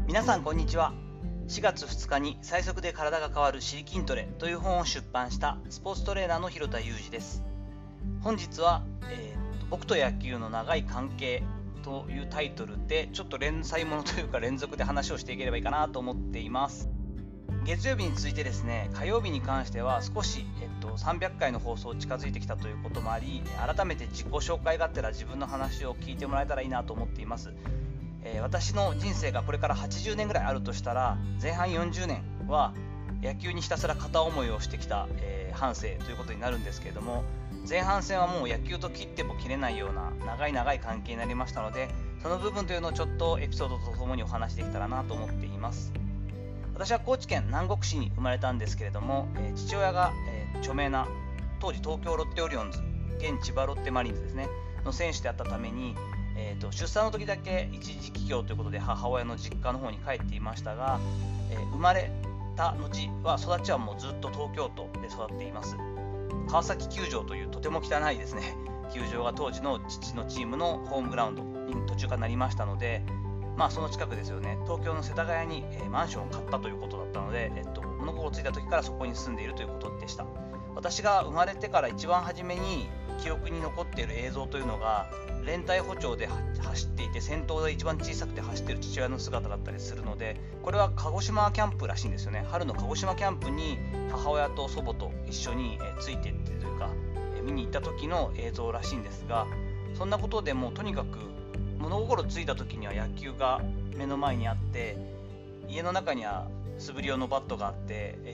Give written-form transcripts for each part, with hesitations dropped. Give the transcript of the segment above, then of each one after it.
皆さんこんにちは。4月2日に最速で体が変わる尻筋トレという本を出版したスポーツトレーナーの広田裕二です。本日は、僕と野球の長い関係というタイトルでちょっと連載ものというか連続で話をしていければいいかなと思っています。月曜日についてですね、火曜日に関しては少し、300回の放送近づいてきたということもあり、改めて自己紹介がてら自分の話を聞いてもらえたらいいなと思っています。私の人生がこれから80年ぐらいあるとしたら、前半40年は野球にひたすら片思いをしてきた、半生ということになるんですけれども、前半戦はもう野球と切っても切れないような長い関係になりましたので、その部分というのをちょっとエピソードとともにお話しできたらなと思っています。私は高知県南国市に生まれたんですけれども、父親が、著名な当時東京ロッテオリオンズ、現千葉ロッテマリーンズですねの選手であったために、出産の時だけ一時帰郷ということで母親の実家の方に帰っていましたが、生まれた後は育ちはもうずっと東京都で育っています。川崎球場というとても汚いですね球場が当時の父のチームのホームグラウンドに途中からなりましたので、その近くですよね、東京の世田谷に、マンションを買ったということだったので、物心ついた時からそこに住んでいるということでした。私が生まれてから一番初めに記憶に残っている映像というのが、連隊歩調で走っていて先頭で一番小さくて走っている父親の姿だったりするので、これは鹿児島キャンプらしいんですよね。春の鹿児島キャンプに母親と祖母と一緒についていってというか見に行った時の映像らしいんですが、そんなことでもうとにかく物心ついた時には野球が目の前にあって、家の中には素振り用のバットがあって、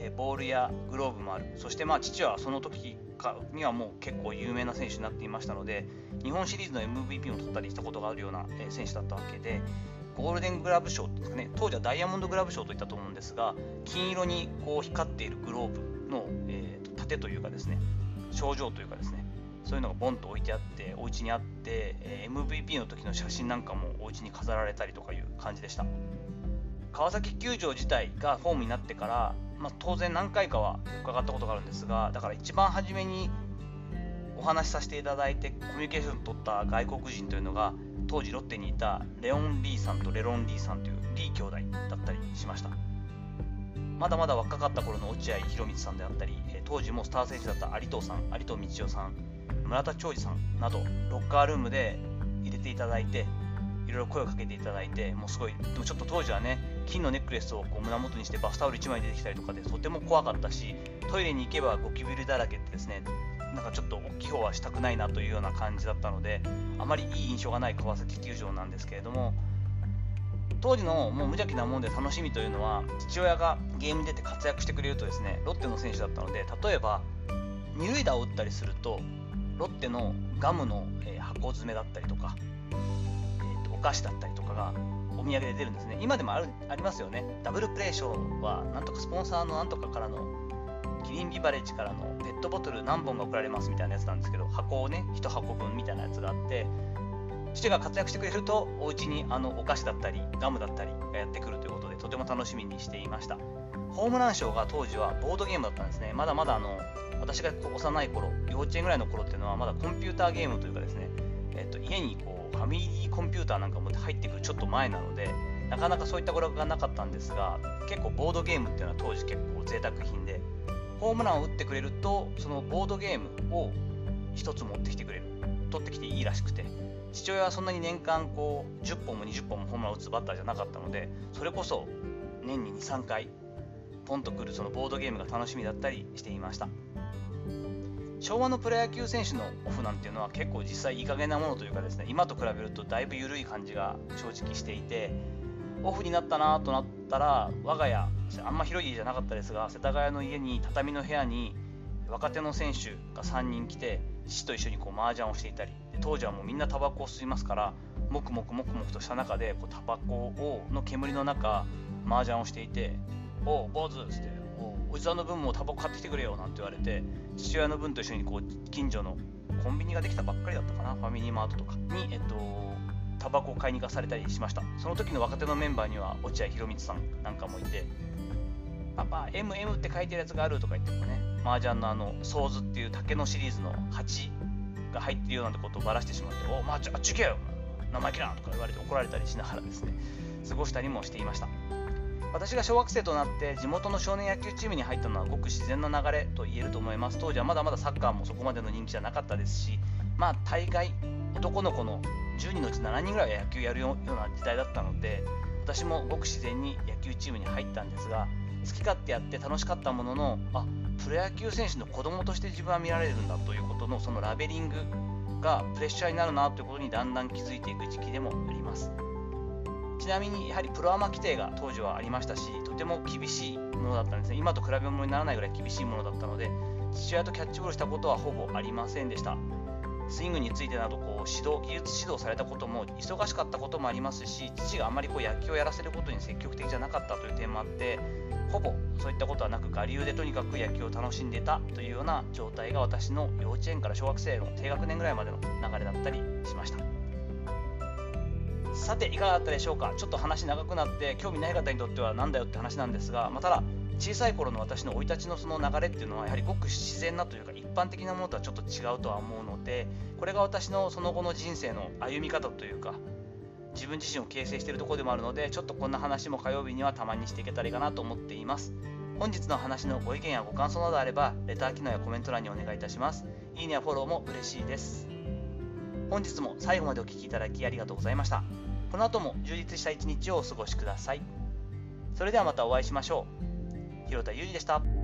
ボールやグローブもある。そして父はその時にはもう結構有名な選手になっていましたので、日本シリーズの MVP を取ったりしたことがあるような選手だったわけで、ゴールデングラブ賞ですかね、当時はダイヤモンドグラブ賞といったと思うんですが、金色にこう光っているグローブの、盾というかですね、賞状というかですね、そういうのがボンと置いてあって、お家にあって、MVP の時の写真なんかもお家に飾られたりとかいう感じでした。川崎球場自体がホームになってから、当然何回かは伺ったことがあるんですが、だから一番初めにお話しさせていただいてコミュニケーションを取った外国人というのが、当時ロッテにいたレオン・リーさんとレロン・リーさんというリー兄弟だったりしました。まだまだ若かった頃の落合博満さんであったり、当時もスター選手だった有藤さん、有藤道夫さん、村田兆治さんなど、ロッカールームで入れていただいて、いろいろ声をかけていただいて、もうすごい、でもちょっと当時はね、金のネックレスをこう胸元にしてバスタオル1枚出てきたりとかでとても怖かったし、トイレに行けばゴキブリだらけってですね、なんかちょっと大きい方はしたくないなというような感じだったので、あまりいい印象がない川崎球場なんですけれども、当時のもう無邪気なもんで楽しみというのは、父親がゲームに出て活躍してくれるとですね、ロッテの選手だったので、例えば二塁打を打ったりするとロッテのガムの箱詰めだったりとか、お菓子だったりとかがお土産で出るんですね。今でもありますよね。ダブルプレー賞はなんとかスポンサーのなんとかからのキリンビバレッジからのペットボトル何本が送られますみたいなやつなんですけど、箱をね1箱分みたいなやつがあって、父が活躍してくれるとお家にお菓子だったりガムだったりがやってくるということで、とても楽しみにしていました。ホームラン賞が当時はボードゲームだったんですね。まだまだ私が幼い頃、幼稚園ぐらいの頃っていうのはまだコンピューターゲームというかですね、家にこうファミリーコンピューターなんかも入ってくるちょっと前なので、なかなかそういった娯楽がなかったんですが、結構ボードゲームっていうのは当時結構贅沢品で、ホームランを打ってくれるとそのボードゲームを一つ持ってきてくれる、取ってきていいらしくて、父親はそんなに年間こう10本も20本もホームランを打つバッターじゃなかったので、それこそ年に 2,3 回ポンとくるそのボードゲームが楽しみだったりしていました。昭和のプロ野球選手のオフなんていうのは結構実際いい加減なものというかですね、今と比べるとだいぶ緩い感じが正直していて、オフになったなとなったら、我が家あんま広い家じゃなかったですが、世田谷の家に畳の部屋に若手の選手が3人来て、父と一緒にこう麻雀をしていたり、当時はもうみんなタバコを吸いますから、もくもくとした中でこうタバコの煙の中麻雀をしていて、おう坊主っつって、おじさんの分もタバコ買ってきてくれよなんて言われて、父親の分と一緒にこう近所のコンビニができたばっかりだったかな、ファミリーマートとかにタバコを買いに行かされたりしました。その時の若手のメンバーには落合博満さんなんかもいて、パパ MM って書いてるやつがあるとか言ってもね、麻雀のソーズっていう竹のシリーズの8が入ってるようなことをばらしてしまって、おあっち行けよ生意気なとか言われて怒られたりしながらですね、 過ごしたりもしていました。私が小学生となって地元の少年野球チームに入ったのはごく自然な流れと言えると思います。当時はまだまだサッカーもそこまでの人気じゃなかったですし、大概男の子の10人のうち7人ぐらいは野球やるような時代だったので、私もごく自然に野球チームに入ったんですが、好き勝手やって楽しかったものの、プロ野球選手の子供として自分は見られるんだということのそのラベリングがプレッシャーになるなということにだんだん気づいていく時期でもあります。ちなみにやはりプロアマ規定が当時はありましたし、とても厳しいものだったんですね。今と比べ物にならないぐらい厳しいものだったので、父親とキャッチボールしたことはほぼありませんでした。スイングについてなど技術指導されたことも忙しかったこともありますし、父があんまり野球をやらせることに積極的じゃなかったという点もあって、ほぼそういったことはなく我流でとにかく野球を楽しんでいたというような状態が私の幼稚園から小学生の低学年ぐらいまでの流れだったりしました。さていかがだったでしょうか。ちょっと話長くなって興味ない方にとってはなんだよって話なんですが、ただ小さい頃の私の生い立ちのその流れっていうのはやはりごく自然なというか一般的なものとはちょっと違うとは思うので、これが私のその後の人生の歩み方というか自分自身を形成しているところでもあるので、ちょっとこんな話も火曜日にはたまにしていけたらいいかなと思っています。本日の話のご意見やご感想などあればレター機能やコメント欄にお願いいたします。いいねやフォローも嬉しいです。本日も最後までお聞きいただきありがとうございました。この後も充実した一日をお過ごしください。それではまたお会いしましょう。広田裕二でした。